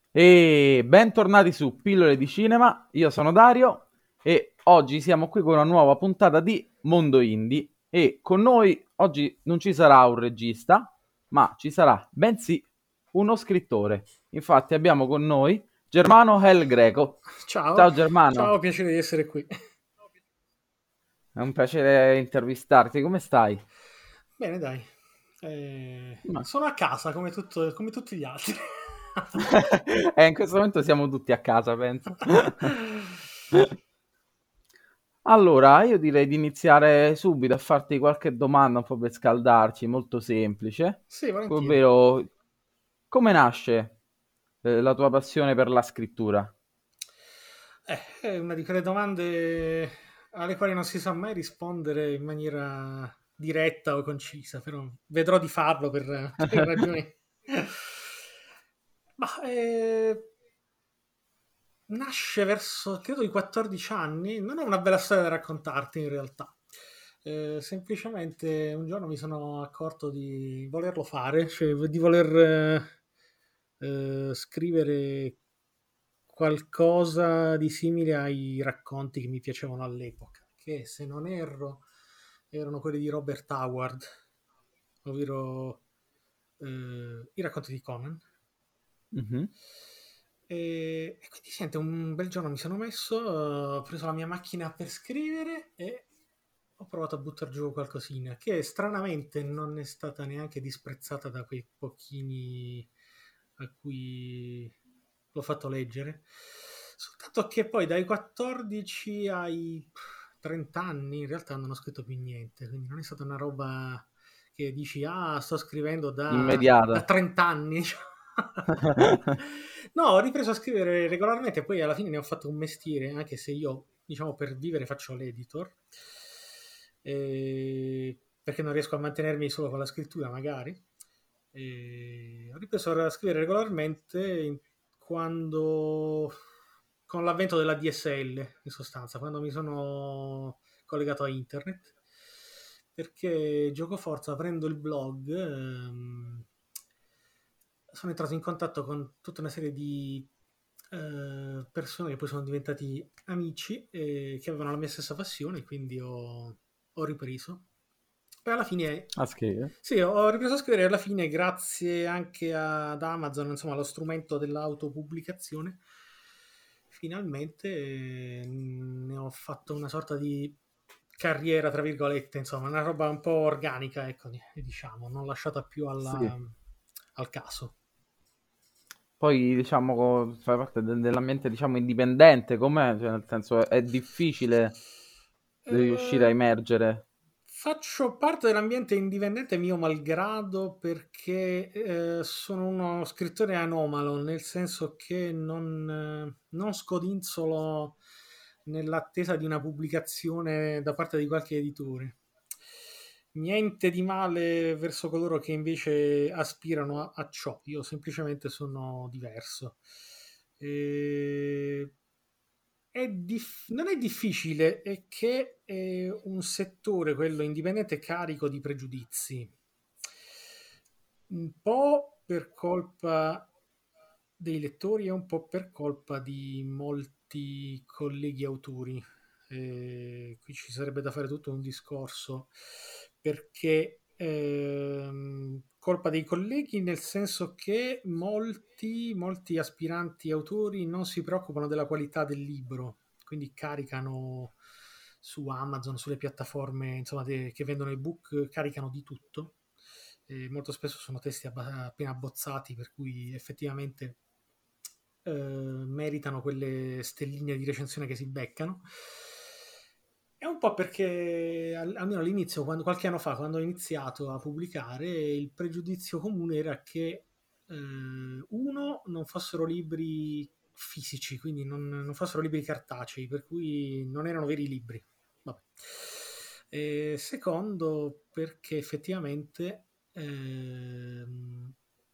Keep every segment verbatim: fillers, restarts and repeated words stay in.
E bentornati su Pillole di Cinema, io sono Dario e oggi siamo qui con una nuova puntata di Mondo Indie e con noi oggi non ci sarà un regista, ma ci sarà bensì uno scrittore. Infatti abbiamo con noi Germano El Greco. Ciao, Ciao ciao, Germano, piacere di essere qui. è un piacere intervistarti, come stai? Bene, dai. Eh, Ma- sono a casa come, tutto- come tutti gli altri. eh, in questo momento siamo tutti a casa, penso. Allora, io direi di iniziare subito a farti qualche domanda un po' per scaldarci, molto semplice, Sì, volentieri. ovvero come nasce eh, la tua passione per la scrittura? Eh, è una di quelle domande alle quali non si sa mai rispondere in maniera diretta o concisa, però vedrò di farlo per, per ragioni. Ma eh, nasce verso, credo, i quattordici anni. Non ho una bella storia da raccontarti in realtà. Eh, semplicemente un giorno mi sono accorto di volerlo fare, cioè di voler eh, eh, scrivere qualcosa di simile ai racconti che mi piacevano all'epoca, che se non erro erano quelli di Robert Howard, ovvero eh, i racconti di Conan. Mhm. E, e quindi sente, un bel giorno mi sono messo, eh, ho preso la mia macchina per scrivere e ho provato a buttare giù qualcosina, che stranamente non è stata neanche disprezzata da quei pochini a cui l'ho fatto leggere. Soltanto che poi dai quattordici ai trenta anni in realtà non ho scritto più niente, quindi non è stata una roba che dici, ah, sto scrivendo da, da Immediata. trenta anni. No, ho ripreso a scrivere regolarmente, poi alla fine ne ho fatto un mestiere, anche se io, diciamo, per vivere faccio l'editor, eh, perché non riesco a mantenermi solo con la scrittura, magari. E ho ripreso a scrivere regolarmente in- quando, con l'avvento della D S L, in sostanza, quando mi sono collegato a internet, perché gioco forza aprendo il blog. ehm, sono entrato in contatto con tutta una serie di eh, persone che poi sono diventati amici e che avevano la mia stessa passione, quindi ho, ho ripreso. E alla fine, A scrivere? sì, ho ripreso a scrivere alla fine grazie anche ad Amazon, insomma, allo strumento dell'autopubblicazione. Finalmente eh, ne ho fatto una sorta di carriera, tra virgolette, insomma, una roba un po' organica, ecco, diciamo, non lasciata più alla- Sì. al caso. Poi, diciamo, co- fai parte de- dell'ambiente, diciamo, indipendente, com'è? Cioè, nel senso, è difficile riuscire a Eh, emergere. Faccio parte dell'ambiente indipendente mio malgrado perché eh, sono uno scrittore anomalo, nel senso che non, eh, non scodinzolo nell'attesa di una pubblicazione da parte di qualche editore. Niente di male verso coloro che invece aspirano a, a ciò, io semplicemente sono diverso. E è dif- non è difficile, è che è un settore, quello indipendente, carico di pregiudizi. Un po' per colpa dei lettori e un po' per colpa di molti colleghi autori. Eh, qui ci sarebbe da fare tutto un discorso perché ehm, colpa dei colleghi nel senso che molti, molti aspiranti autori non si preoccupano della qualità del libro, quindi caricano su Amazon, sulle piattaforme insomma, de- che vendono ebook, caricano di tutto. E molto spesso sono testi abba- appena abbozzati, per cui effettivamente eh, meritano quelle stelline di recensione che si beccano. È un po' perché al- almeno all'inizio, quando, qualche anno fa, quando ho iniziato a pubblicare, il pregiudizio comune era che eh, uno, non fossero libri fisici, quindi non, non fossero libri cartacei, per cui non erano veri libri. Vabbè. E secondo, perché effettivamente ehm,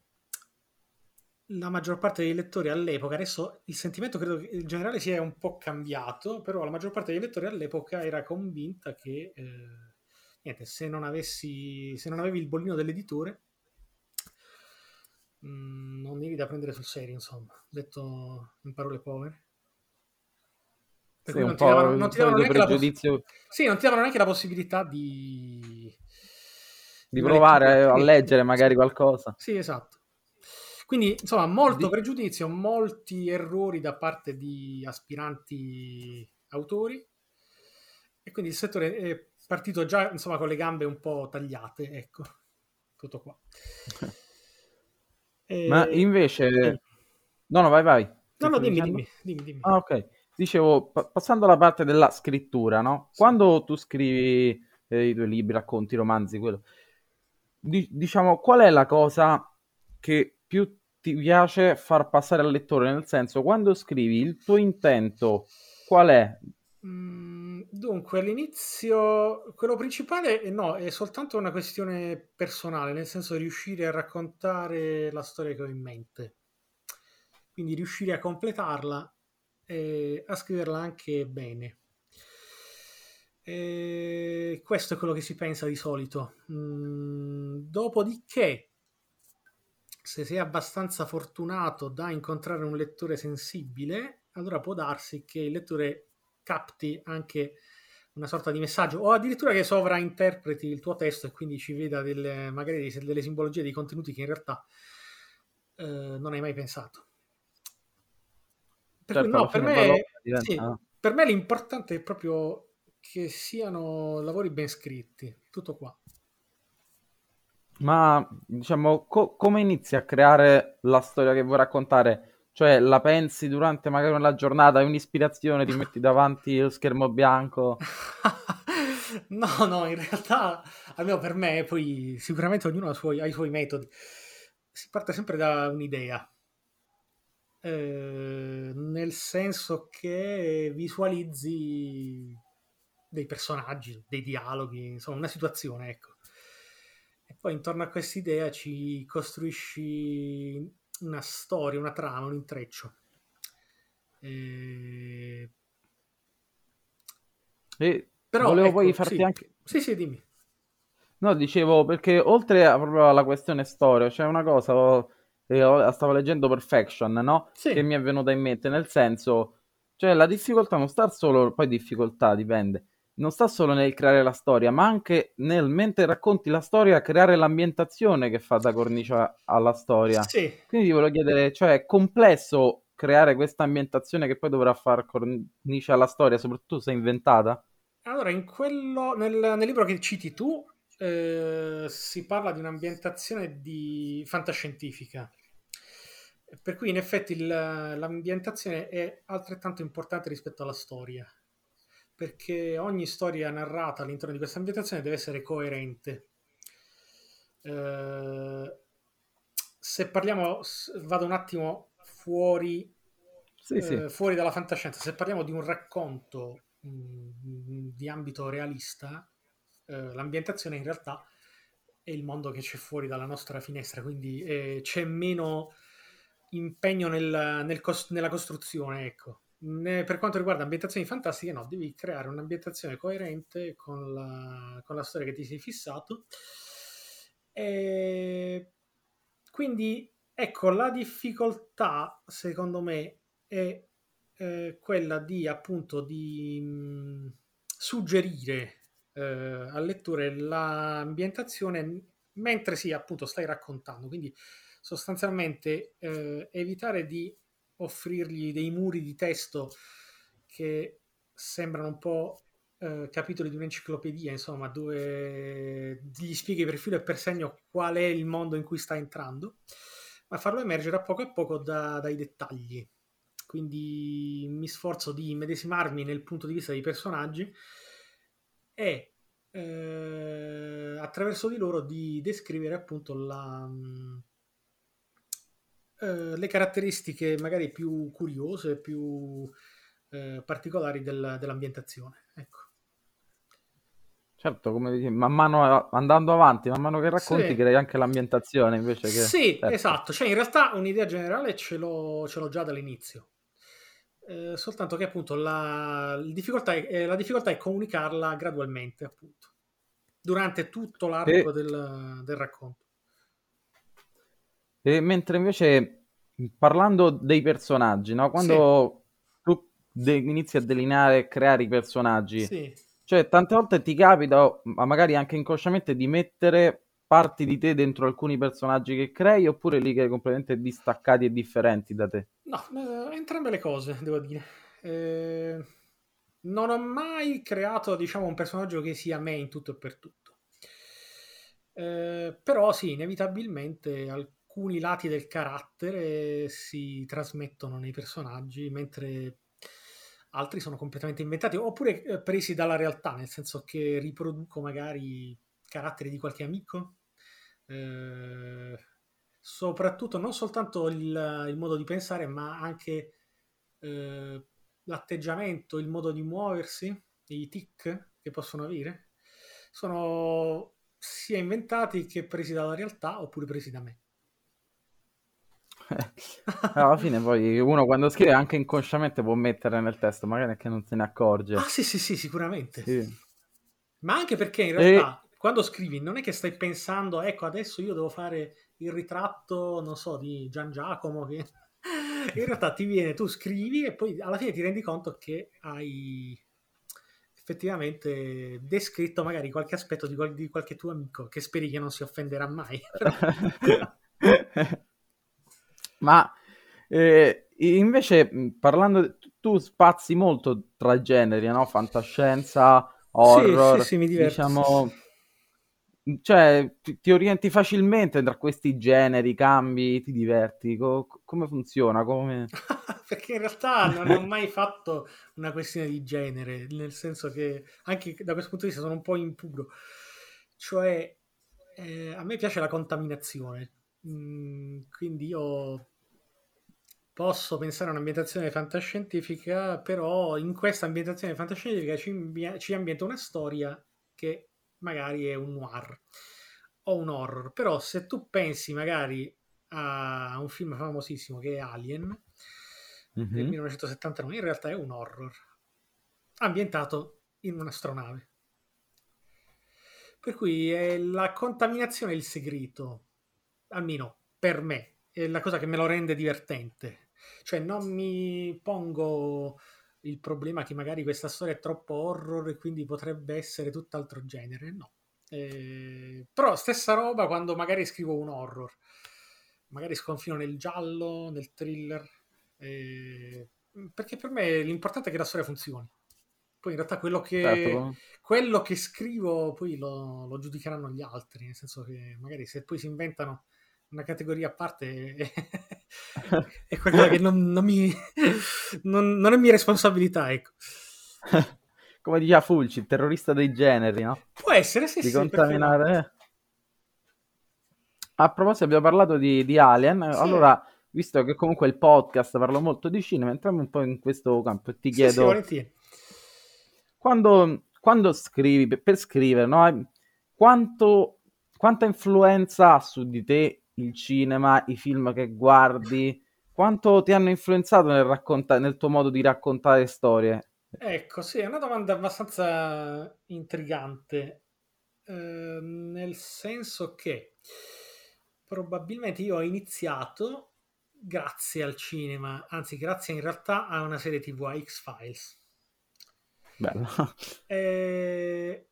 la maggior parte dei lettori all'epoca, adesso il sentimento credo che in generale sia un po' cambiato, però la maggior parte dei lettori all'epoca era convinta che eh, niente, se non avessi, se non avevi il bollino dell'editore, mh, non eri da prendere sul serio, insomma, detto in parole povere. Per Sì, cui un non ti davano, po' non il ti davano solito neanche la poss- pregiudizio sì, non ti davano neanche la possibilità di, di di una lettura. provare a Sì, sì, leggere magari sì. qualcosa. Sì, esatto. Quindi, insomma, molto Di- pregiudizio, molti errori da parte di aspiranti autori e quindi il settore è partito già, insomma, con le gambe un po' tagliate, ecco, tutto qua. Ma E... Dimmi. invece... No, no, vai, vai. No, Che no, stavi dimmi, dicendo? dimmi, dimmi, dimmi. Ah, ok. Dicevo, pa- passando alla parte della scrittura, no? Sì. Quando tu scrivi eh, i tuoi libri, racconti, romanzi, quello, di- diciamo, qual è la cosa che più ti piace far passare al lettore? Nel senso, quando scrivi, il tuo intento qual è? Mm, dunque, all'inizio quello principale eh, no, è soltanto una questione personale, nel senso di riuscire a raccontare la storia che ho in mente. Quindi riuscire a completarla e a scriverla anche bene. E questo è quello che si pensa di solito. Mm, dopodiché, se sei abbastanza fortunato da incontrare un lettore sensibile, allora può darsi che il lettore capti anche una sorta di messaggio o addirittura che sovrainterpreti il tuo testo e quindi ci veda delle, magari delle simbologie, dei contenuti che in realtà eh, non hai mai pensato. Per cui Certo, alla no, per fine poi me, l'opera diventa... sì, no? per me l'importante è proprio che siano lavori ben scritti, tutto qua. Ma diciamo, co- come inizi a creare la storia che vuoi raccontare? Cioè, la pensi durante magari una giornata, hai un'ispirazione, ti metti davanti lo schermo bianco? No, no, in realtà, almeno per me, poi sicuramente ognuno ha i suoi, ha i suoi metodi. Si parte sempre da un'idea, eh, nel senso che visualizzi dei personaggi, dei dialoghi, insomma, una situazione, ecco. E poi intorno a quest'idea ci costruisci una storia, una trama, un intreccio. Eh, E Però, volevo poi ecco, farti sì, anche... sì, sì, dimmi. No, dicevo, perché oltre a, proprio alla questione storia, c'è una cosa, ho- eh, ho- stavo leggendo Perfection, no? Che Sì. mi è venuta in mente, nel senso, cioè la difficoltà non sta solo, poi difficoltà dipende, non sta solo nel creare la storia, ma anche nel, mentre racconti la storia, creare l'ambientazione che fa da cornice alla storia. Sì, Quindi ti volevo chiedere, cioè è complesso creare questa ambientazione che poi dovrà far cornice alla storia, soprattutto se è inventata? allora in quello, nel, nel libro che citi tu eh, si parla di un'ambientazione di fantascientifica, per cui in effetti il- l'ambientazione è altrettanto importante rispetto alla storia, perché ogni storia narrata all'interno di questa ambientazione deve essere coerente. Eh, Se parliamo, s- vado un attimo fuori Sì, sì. eh, fuori dalla fantascienza, se parliamo di un racconto mh, di ambito realista, eh, l'ambientazione in realtà è il mondo che c'è fuori dalla nostra finestra, quindi eh, c'è meno impegno nel- nel cos- nella costruzione, ecco. Ne- per quanto riguarda ambientazioni fantastiche, no, devi creare un'ambientazione coerente con la, con la storia che ti sei fissato. E quindi, ecco, la difficoltà, secondo me, è eh, quella di appunto di mh, suggerire eh, al lettore l'ambientazione mentre sì, appunto, stai raccontando. Quindi sostanzialmente eh, evitare di offrirgli dei muri di testo che sembrano un po' eh, capitoli di un'enciclopedia, insomma, dove gli spieghi per filo e per segno qual è il mondo in cui sta entrando, ma farlo emergere a poco a poco da- dai dettagli. Quindi mi sforzo di immedesimarmi nel punto di vista dei personaggi e eh, attraverso di loro di descrivere appunto la, mh, eh, le caratteristiche magari più curiose, più eh, particolari del- dell'ambientazione. Ecco. Certo, come dici, man mano a- andando avanti, man mano che racconti, Sì, crei anche l'ambientazione invece che... sì, Certo. esatto. Cioè, in realtà un'idea generale ce l'ho, ce l'ho già dall'inizio. Eh, soltanto che appunto la, il difficoltà è, eh, la difficoltà è comunicarla gradualmente, appunto, durante tutto l'arco E del, del racconto. E mentre invece, parlando dei personaggi, no? Sì, Quando tu de- inizi a delineare e creare i personaggi, sì. cioè tante volte ti capita, ma magari anche inconsciamente, di mettere parti di te dentro alcuni personaggi che crei, oppure li crei completamente distaccati e differenti da te? No, eh, entrambe le cose, devo dire. Eh, non ho mai creato, diciamo, un personaggio che sia me in tutto e per tutto. Eh, però sì, inevitabilmente alcuni lati del carattere si trasmettono nei personaggi, mentre altri sono completamente inventati, oppure eh, presi dalla realtà, nel senso che riproduco magari caratteri di qualche amico. Eh, soprattutto non soltanto il, il modo di pensare, ma anche eh, l'atteggiamento, il modo di muoversi, i tic che possono avere, sono sia inventati che presi dalla realtà oppure presi da me. Alla fine poi uno quando scrive anche inconsciamente può mettere nel testo, magari è che non se ne Ah accorge. sì, sì, sì, sicuramente. Sì. Ma anche perché in E realtà quando scrivi non è che stai pensando, ecco, adesso io devo fare il ritratto, non so, di Gian Giacomo, che in realtà ti viene, tu scrivi e poi alla fine ti rendi conto che hai effettivamente descritto magari qualche aspetto di, qual- di qualche tuo amico che speri che non si offenderà mai. Però... Ma eh, invece, mh, parlando, tu spazi molto tra generi, no? Fantascienza, Sì, sì, horror, sì, mi diverto, sì. diciamo, cioè ti, ti orienti facilmente tra questi generi, cambi, ti diverti. Co- come funziona? Come... Perché in realtà non ho mai fatto una questione di genere, nel senso che anche da questo punto di vista sono un po' impuro. Cioè, eh, a me piace la contaminazione. Mm, quindi io posso pensare a un'ambientazione fantascientifica, però in questa ambientazione fantascientifica ci, imbia- ci ambienta una storia che magari è un noir o un horror. Però se tu pensi magari a un film famosissimo che è Alien del Mhm. millenovecentosettantanove, in realtà è un horror ambientato in un'astronave. Per cui è la contaminazione è il segreto, almeno per me, è la cosa che me lo rende divertente. Cioè non mi pongo il problema che magari questa storia è troppo horror e quindi potrebbe essere tutt'altro genere, no. Eh, però stessa roba quando magari scrivo un horror, magari sconfino nel giallo, nel thriller, eh, perché per me l'importante è che la storia funzioni. Poi in realtà quello Certo, che, com- quello che scrivo poi lo, lo giudicheranno gli altri, nel senso che magari se poi si inventano una categoria a parte è, è qualcosa che non, non mi, non, non è mia responsabilità, ecco. come diceva Fulci, il terrorista dei generi, no? Può essere, sì, Di sì, perché no? contaminare. eh. A proposito, abbiamo parlato di, di Alien, Sì, allora, visto che comunque il podcast parla molto di cinema, entriamo un po' in questo campo e ti sì, sì, chiedo, volentieri. quando, quando scrivi, per, per scrivere, no? Quanto, quanta influenza ha su di te il cinema, i film che guardi? Quanto ti hanno influenzato nel racconta- nel tuo modo di raccontare storie? Ecco, sì, è una domanda abbastanza intrigante, eh, nel senso che probabilmente io ho iniziato grazie al cinema, anzi grazie in realtà a una serie T V, a X-Files. Bello. E,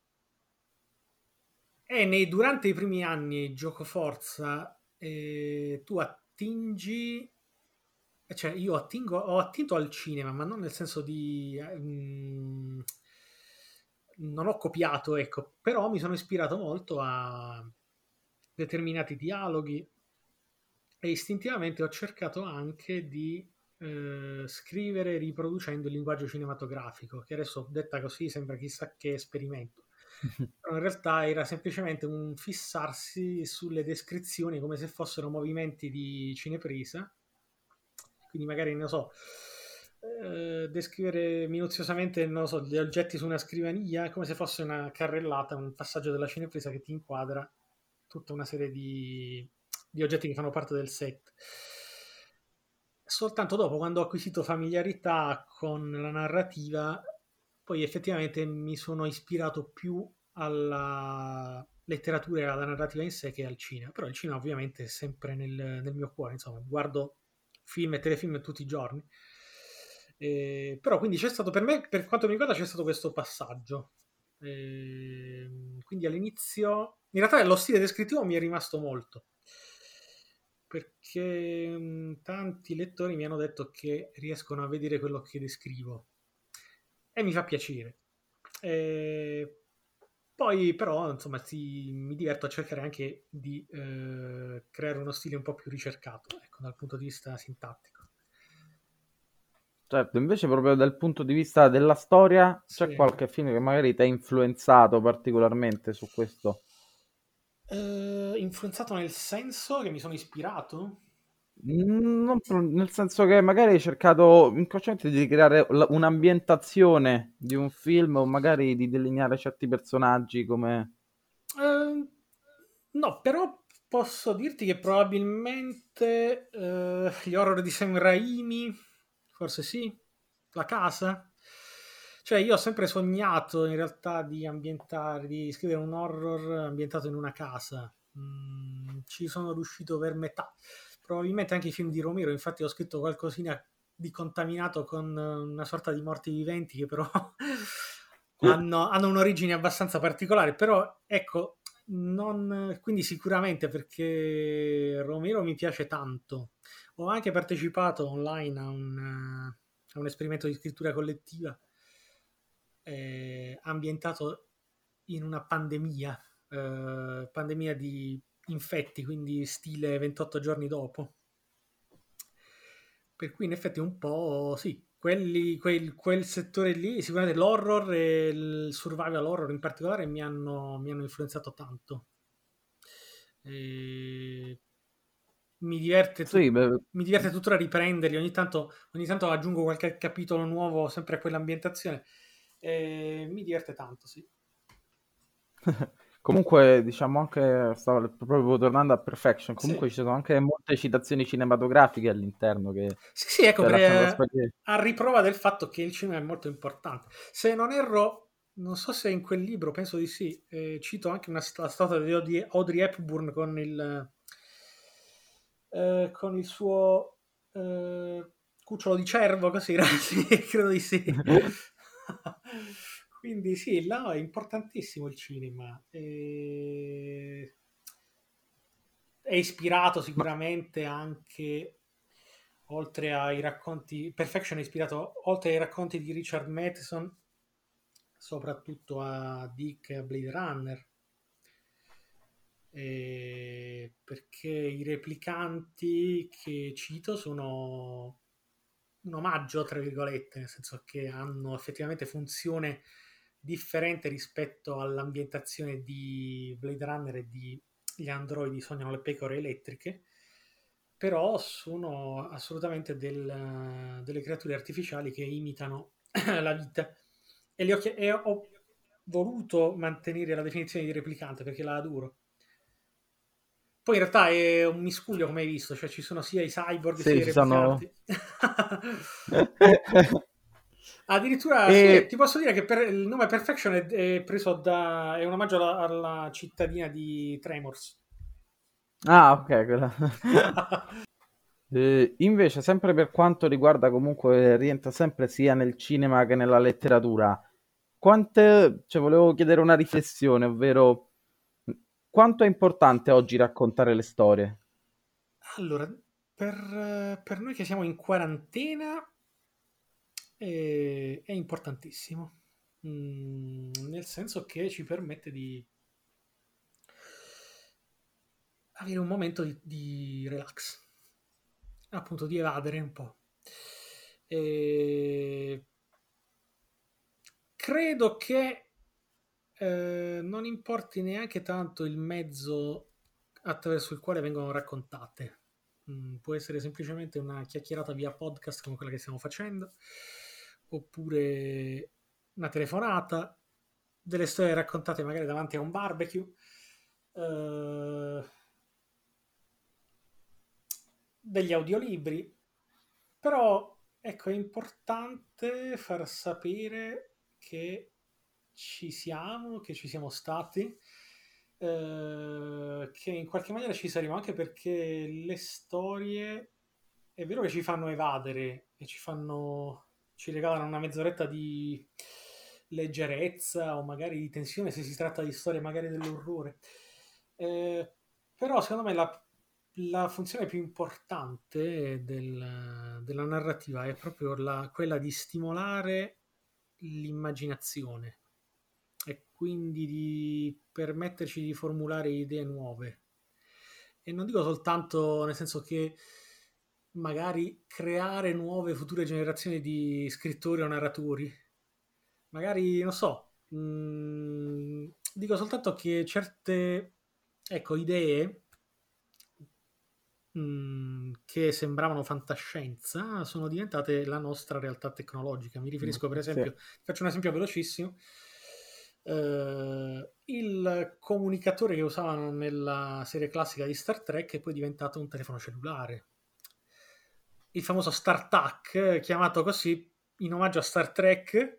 e nei- durante i primi anni gioco forza, eh, tu attingi, cioè io attingo, ho attinto al cinema, ma non nel senso di... eh, mm, non ho copiato, ecco, però mi sono ispirato molto a determinati dialoghi e istintivamente ho cercato anche di eh, scrivere riproducendo il linguaggio cinematografico, che adesso detta così sembra chissà che esperimento. Però in realtà era semplicemente un fissarsi sulle descrizioni come se fossero movimenti di cinepresa, quindi magari, non so, eh, descrivere minuziosamente, non so, gli oggetti su una scrivania come se fosse una carrellata, un passaggio della cinepresa che ti inquadra tutta una serie di, di oggetti che fanno parte del set. Soltanto dopo, quando ho acquisito familiarità con la narrativa, poi effettivamente mi sono ispirato più alla, letteratura e alla narrativa in sé che al cinema, però il cinema ovviamente è sempre nel, nel mio cuore, insomma, guardo film e telefilm tutti i giorni. Eh, però quindi c'è stato, per me, per quanto mi riguarda, c'è stato questo passaggio. Eh, quindi all'inizio, in realtà lo stile descrittivo mi è rimasto molto, perché mh, tanti lettori mi hanno detto che riescono a vedere quello che descrivo e mi fa piacere. Eh, poi però, insomma, si- mi diverto a cercare anche di eh, creare uno stile un po' più ricercato, ecco, dal punto di vista sintattico. Certo, invece proprio dal punto di vista della storia, c'è Sì. qualche film che magari ti ha influenzato particolarmente su questo? Eh, influenzato nel senso che mi sono ispirato? Mm, non pro- nel senso che magari hai cercato inconsciamente di creare la- un'ambientazione di un film o magari di delineare certi personaggi come... Eh, no, però posso dirti che probabilmente eh, gli horror di Sam Raimi, forse sì, La casa. Cioè io ho sempre sognato in realtà di ambientare, di scrivere un horror ambientato in una casa. Mm, ci sono riuscito per metà. Probabilmente anche i film di Romero, infatti ho scritto qualcosina di contaminato con una sorta di morti viventi che però hanno, hanno un'origine abbastanza particolare, però ecco, non, quindi sicuramente perché Romero mi piace tanto. Ho anche partecipato online a un, a un esperimento di scrittura collettiva eh, ambientato in una pandemia, eh, pandemia di infetti, quindi stile ventotto giorni dopo. Per cui in effetti un po' sì, quelli, quel, quel settore lì, sicuramente l'horror e il survival horror in particolare mi hanno, mi hanno influenzato tanto. E mi diverte, Sì, tut- beh, mi diverte tuttora riprenderli, ogni tanto, ogni tanto aggiungo qualche capitolo nuovo sempre a quell'ambientazione. E mi diverte tanto, sì. comunque diciamo anche, stavo proprio tornando a Perfection, Sì, comunque ci sono anche molte citazioni cinematografiche all'interno che sì, sì, ecco, cioè, per, lasciano eh, trasparire. a riprova del fatto che il cinema è molto importante. Se non erro, non so se in quel libro, penso di sì, eh, cito anche una sta- la statua di Audrey, Audrey Hepburn con il, eh, con il suo eh, cucciolo di cervo, così era? Sì, credo di sì. Quindi sì, là è importantissimo il cinema. E è ispirato Ma sicuramente anche, oltre ai racconti, Perfection è ispirato, oltre ai racconti di Richard Matheson, soprattutto a Dick e a Blade Runner, eh, perché i replicanti che cito sono un omaggio, tra virgolette, nel senso che hanno effettivamente funzione differente rispetto all'ambientazione di Blade Runner e di Gli androidi sognano le pecore elettriche, però sono assolutamente del- delle creature artificiali che imitano la vita. E, li ho, chi- e ho voluto mantenere la definizione di replicante perché la adoro. Poi in realtà è un miscuglio, come hai visto, cioè ci sono sia i cyborg sia sì, i ci sono... replicanti. Addirittura sì, E... ti posso dire che per, il nome Perfection è, è preso da... è un omaggio alla, alla cittadina di Tremors. Ah, ok, quella... Eh, invece, sempre per quanto riguarda comunque, rientra sempre sia nel cinema che nella letteratura, quante, cioè, volevo chiedere una riflessione, ovvero quanto è importante oggi raccontare le storie? Allora, per, per noi che siamo in quarantena è, è importantissimo. Mm, nel senso che ci permette di avere un momento di, di relax, appunto di evadere un po'. E credo che eh, non importi neanche tanto il mezzo attraverso il quale vengono raccontate. Mm, può essere semplicemente una chiacchierata via podcast come quella che stiamo facendo, oppure una telefonata, delle storie raccontate magari davanti a un barbecue, eh, degli audiolibri, però ecco, è importante far sapere che ci siamo, che ci siamo stati, eh, che in qualche maniera ci saremo, anche perché le storie è vero che ci fanno evadere e ci fanno ci regalano una mezz'oretta di leggerezza o magari di tensione se si tratta di storie magari dell'orrore. Eh, Però secondo me la, la funzione più importante del- della narrativa è proprio la- quella di stimolare l'immaginazione e quindi di permetterci di formulare idee nuove. E non dico soltanto nel senso che magari creare nuove future generazioni di scrittori o narratori, magari non so, mh, dico soltanto che certe ecco, idee mh, che sembravano fantascienza sono diventate la nostra realtà tecnologica. Mi riferisco, per Sì. esempio, faccio un esempio velocissimo. Eh, il comunicatore che usavano nella serie classica di Star Trek è poi diventato un telefono cellulare. Il famoso StarTAC, chiamato così in omaggio a Star Trek,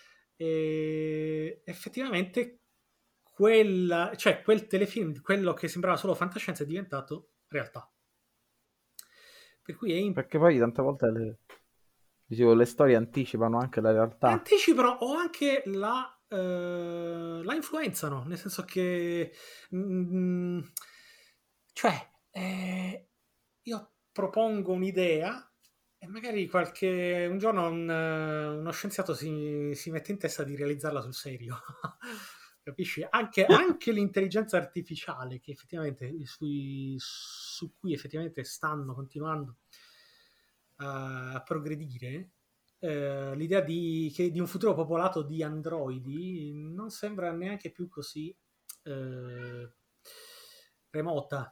e effettivamente quella, cioè quel telefilm, quello che sembrava solo fantascienza, è diventato realtà. Per cui è in- Perché poi tante volte le, dicevo, le storie anticipano anche la realtà. anticipano o anche la, eh, la influenzano, nel senso che mm, cioè eh, io propongo un'idea e magari qualche un giorno un, eh, uno scienziato si, si mette in testa di realizzarla sul serio. Capisci? Anche, anche l'intelligenza artificiale che effettivamente sui- su cui effettivamente stanno continuando a, a progredire, eh, l'idea di, che, di un futuro popolato di androidi non sembra neanche più così eh, remota.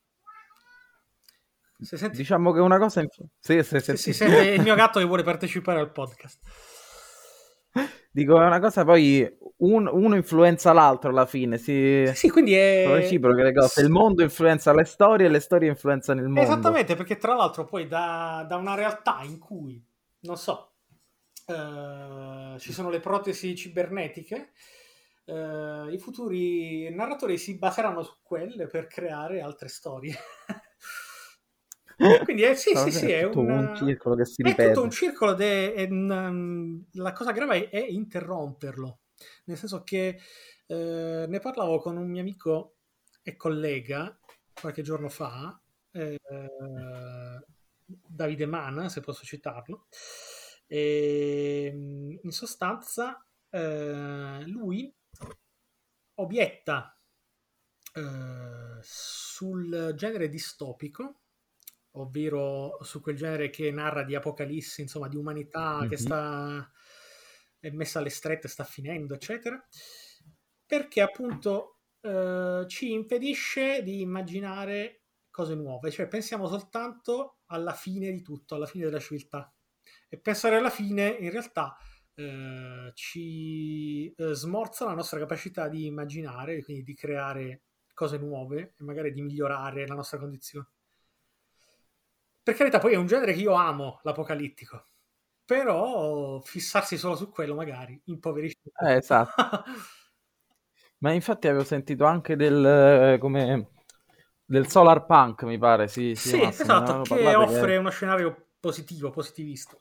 Se senti, Diciamo che una cosa... inf- Sì, sì, sì, sì, senti. sì, è il mio gatto che vuole partecipare al podcast. Dico, è una cosa poi un- uno influenza l'altro alla fine, Sì, si... sì, quindi sono è... reciproche le cose. Il mondo influenza le storie e le storie influenzano il mondo. Esattamente, perché tra l'altro poi da, da una realtà in cui, non so, eh, ci sono le protesi cibernetiche, eh, i futuri narratori si baseranno su quelle per creare altre storie. Quindi è, sì, Alla sì, fine sì, è è tutto un un, circolo che si è tutto un ripete. circolo ed è, è un- la cosa grave è interromperlo. Nel senso che eh, ne parlavo con un mio amico e collega qualche giorno fa, eh, Davide Mana, se posso citarlo, e in sostanza eh, lui obietta eh, sul genere distopico, ovvero su quel genere che narra di apocalissi, insomma, di umanità che Mhm. sta è messa alle strette, sta finendo, eccetera, perché appunto eh, ci impedisce di immaginare cose nuove, cioè pensiamo soltanto alla fine di tutto, alla fine della civiltà. E pensare alla fine in realtà eh, ci eh, smorza la nostra capacità di immaginare, quindi di creare cose nuove e magari di migliorare la nostra condizione. Per carità, poi è un genere che io amo, l'apocalittico, però fissarsi solo su quello magari impoverisce un po'. Eh, esatto. Ma infatti avevo sentito anche del, eh, come, del solar punk, mi pare, sì, si Sì, chiamasse, me ne esatto, avevano che parlato che... offre uno scenario positivo, positivista.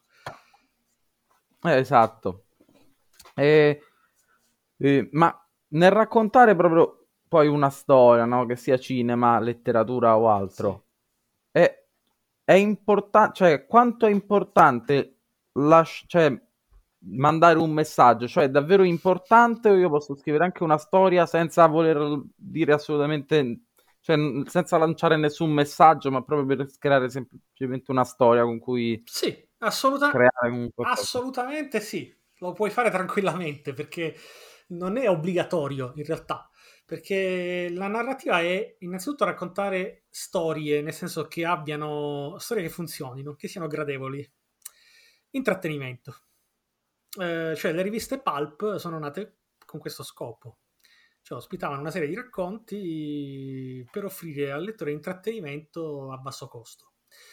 Eh, esatto. E, eh, ma nel raccontare proprio poi una storia, no? Che sia cinema, letteratura o Sì. altro, è, è importante, cioè quanto è importante lasci- cioè, mandare un messaggio, cioè è davvero importante o io posso scrivere anche una storia senza voler dire assolutamente, cioè n- senza lanciare nessun messaggio, ma proprio per creare semplicemente una storia con cui Sì, assoluta- creare un qualcosa. assolutamente sì, lo puoi fare tranquillamente perché non è obbligatorio in realtà, perché la narrativa è innanzitutto raccontare storie, nel senso che abbiano storie che funzionino, che siano gradevoli. Intrattenimento. Eh, cioè le riviste pulp sono nate con questo scopo. Cioè ospitavano una serie di racconti per offrire al lettore intrattenimento a basso costo.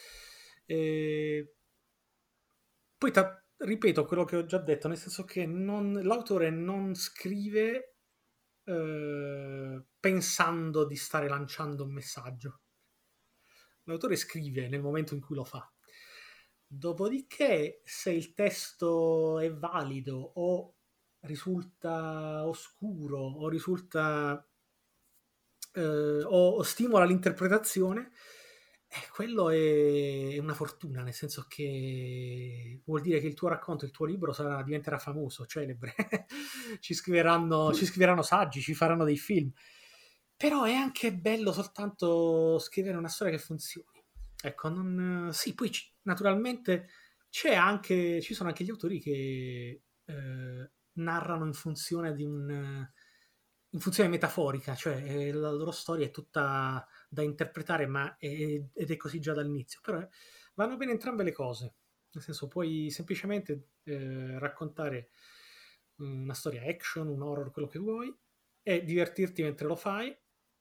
E poi ta- ripeto quello che ho già detto, nel senso che non- l'autore non scrive eh, pensando di stare lanciando un messaggio. L'autore scrive nel momento in cui lo fa. Dopodiché, se il testo è valido o risulta oscuro o risulta eh, o, o stimola l'interpretazione, eh, quello è una fortuna, nel senso che vuol dire che il tuo racconto, il tuo libro sarà, diventerà famoso, celebre. ci, scriveranno, ci scriveranno saggi, ci faranno dei film. Però è anche bello soltanto scrivere una storia che funzioni. Ecco, non, sì, poi c- naturalmente c'è anche, ci sono anche gli autori che eh, narrano in funzione di un in funzione metaforica, cioè eh, la loro storia è tutta da interpretare, ma è, ed è così già dall'inizio. Però eh, vanno bene entrambe le cose, nel senso puoi semplicemente eh, raccontare una storia action, un horror, quello che vuoi, e divertirti mentre lo fai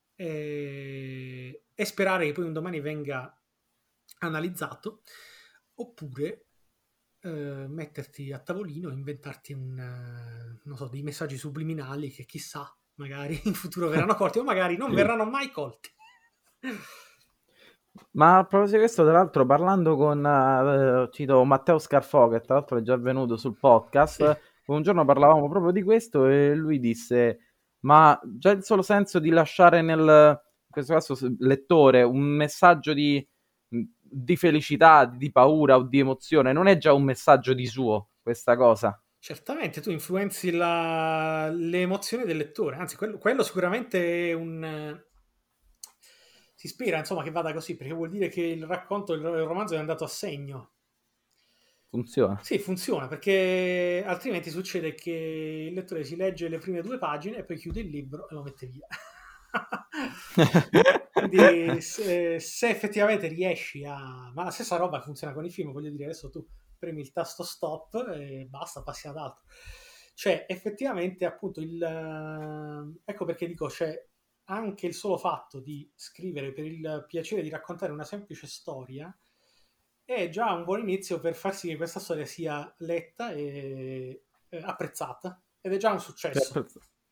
e, e sperare che poi un domani venga analizzato, oppure eh, metterti a tavolino e inventarti un, eh, non so, dei messaggi subliminali che chissà, magari in futuro verranno colti o magari non verranno mai colti. Ma a proposito di questo, tra l'altro, parlando con eh, cito Matteo Scarfò, che tra l'altro è già venuto sul podcast, Sì. un giorno parlavamo proprio di questo e lui disse: ma già il solo senso di lasciare nel, in questo caso, s- lettore un messaggio di, di felicità, di paura o di emozione, non è già un messaggio di suo, questa cosa. Certamente tu influenzi la, le emozioni del lettore, anzi quello, quello sicuramente è un... si spera insomma che vada così, perché vuol dire che il racconto, il, il romanzo è andato a segno. Funziona. Sì, funziona, perché altrimenti succede che il lettore si legge le prime due pagine e poi chiude il libro e lo mette via. Quindi se, se effettivamente riesci a... Ma la stessa roba funziona con i film, voglio dire, adesso tu premi il tasto stop e basta, passi ad altro. Cioè, effettivamente, appunto, il... ecco perché dico, cioè, anche il solo fatto di scrivere per il piacere di raccontare una semplice storia è già un buon inizio per far sì che questa storia sia letta e eh, apprezzata. Ed è già un successo.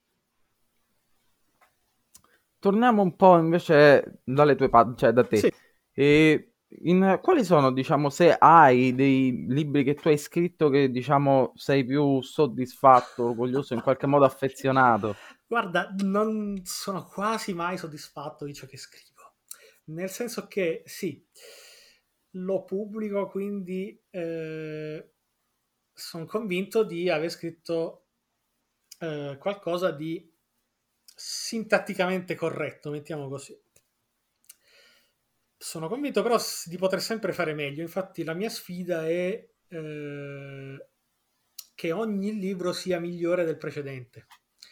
Torniamo un po' invece dalle tue parti, cioè da te. Sì. E in, quali sono, diciamo, se hai dei libri che tu hai scritto che, diciamo, sei più soddisfatto, orgoglioso, in qualche modo affezionato? Guarda, non sono quasi mai soddisfatto di ciò che scrivo. Nel senso che sì, lo pubblico, quindi eh, sono convinto di aver scritto eh, qualcosa di sintatticamente corretto, mettiamo così. Sono convinto però s- di poter sempre fare meglio. Infatti, la mia sfida è eh, che ogni libro sia migliore del precedente.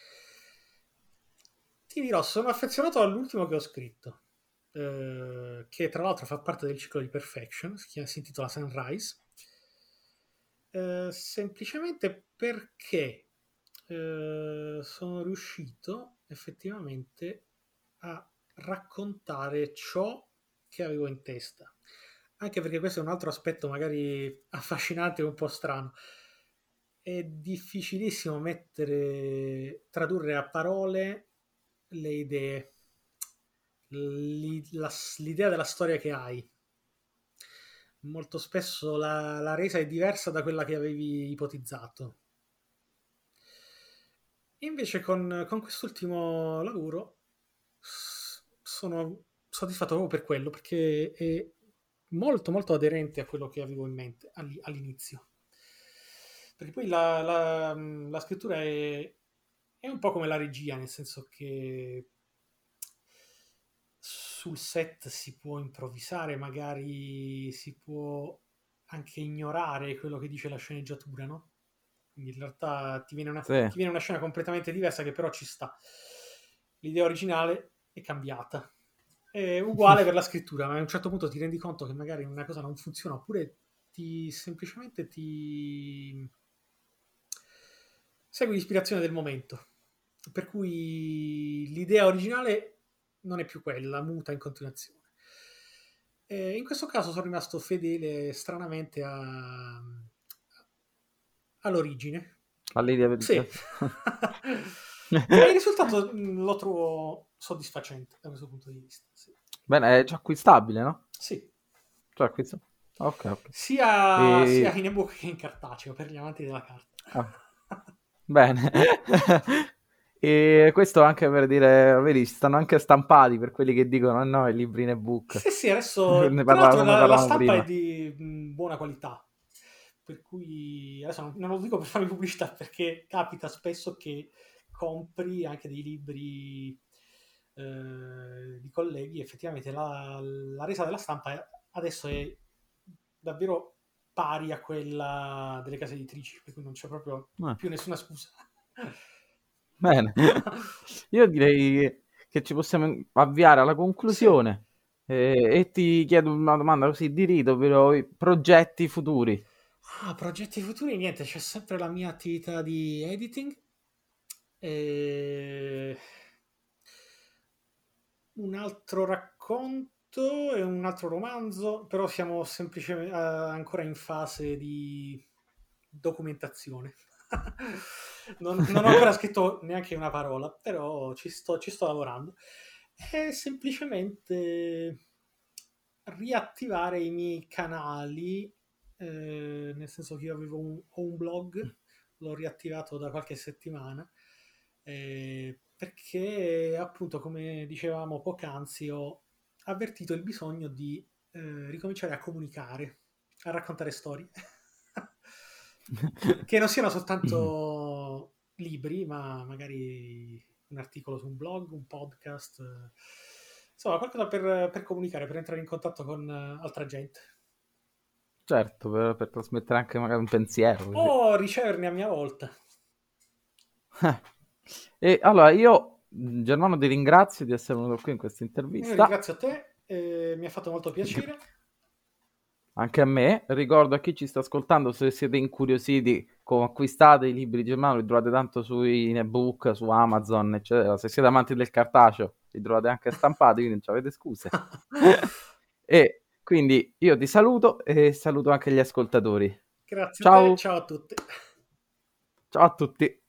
Ti dirò, sono affezionato all'ultimo che ho scritto, eh, che tra l'altro fa parte del ciclo di Perfection, si, chiama- si intitola Sunrise, eh, semplicemente perché eh, sono riuscito effettivamente a raccontare ciò che avevo in testa. Anche perché questo è un altro aspetto magari affascinante e un po' strano. È difficilissimo mettere, tradurre a parole le idee, L'i- la- l'idea della storia che hai. Molto spesso la, la resa è diversa da quella che avevi ipotizzato. Invece con, con quest'ultimo lavoro s- sono soddisfatto proprio per quello, perché è molto molto aderente a quello che avevo in mente all'i- all'inizio. Perché poi la, la- la scrittura è, è un po' come la regia, nel senso che sul set si può improvvisare, magari si può anche ignorare quello che dice la sceneggiatura, no? Quindi in realtà ti viene una, Sì. ti viene una scena completamente diversa che però ci sta. L'idea originale è cambiata. È uguale per la scrittura, ma a un certo punto ti rendi conto che magari una cosa non funziona, oppure ti semplicemente ti segui l'ispirazione del momento. Per cui l'idea originale non è più quella, muta in continuazione. E in questo caso sono rimasto fedele stranamente a... all'origine. All'idea Sì. per... E il risultato mh, lo trovo soddisfacente da questo punto di vista. Sì. Bene, è già acquistabile, no? Sì. Già acquistabile. Ok, ok. Sia, sia E... in ebook che in cartaceo per gli amanti della carta. ah, bene. E questo anche per dire, vedi, stanno anche stampati per quelli che dicono: "Ah, no, i libri in ebook." Sì, sì, adesso Ne tra l'altro parlavamo, ne la, la parlavamo stampa è prima. di mh, buona qualità, per cui adesso non, non lo dico per farmi pubblicità perché capita spesso che compri anche dei libri eh, di colleghi, effettivamente la, la resa della stampa è- adesso è davvero pari a quella delle case editrici, per cui non c'è proprio Eh, più nessuna scusa. bene. Io direi che ci possiamo avviare alla Sì. conclusione. Eh, e ti chiedo una domanda così di rito, ovvero i progetti futuri. Ah, progetti futuri, niente, c'è sempre la mia attività di editing. E... un altro racconto e un altro romanzo, però siamo semplicemente eh, ancora in fase di documentazione. non, non ho ancora scritto neanche una parola, però ci sto, ci sto lavorando. È semplicemente riattivare i miei canali, eh, nel senso che io avevo un, ho un blog, l'ho riattivato da qualche settimana, eh, perché appunto, come dicevamo poc'anzi, ho avvertito il bisogno di eh, ricominciare a comunicare, a raccontare storie, che non siano soltanto libri, ma magari un articolo su un blog, un podcast, eh, insomma qualcosa per, per comunicare, per entrare in contatto con eh, altra gente. Certo, per, per trasmettere anche magari un pensiero, così. O riceverne a mia volta. E allora io, mh, Germano, ti ringrazio di essere venuto qui in questa Io intervista. ringrazio te, eh, mi ha fatto molto piacere. Anche a me. Ricordo a chi ci sta ascoltando, se siete incuriositi, come acquistate i libri di Germano, li trovate tanto su in ebook, su Amazon, eccetera. Se siete amanti del cartaceo, li trovate anche stampati, quindi non ci avete scuse. E quindi io ti saluto e saluto anche gli ascoltatori. Grazie a te, Ciao, ciao a tutti. ciao a tutti.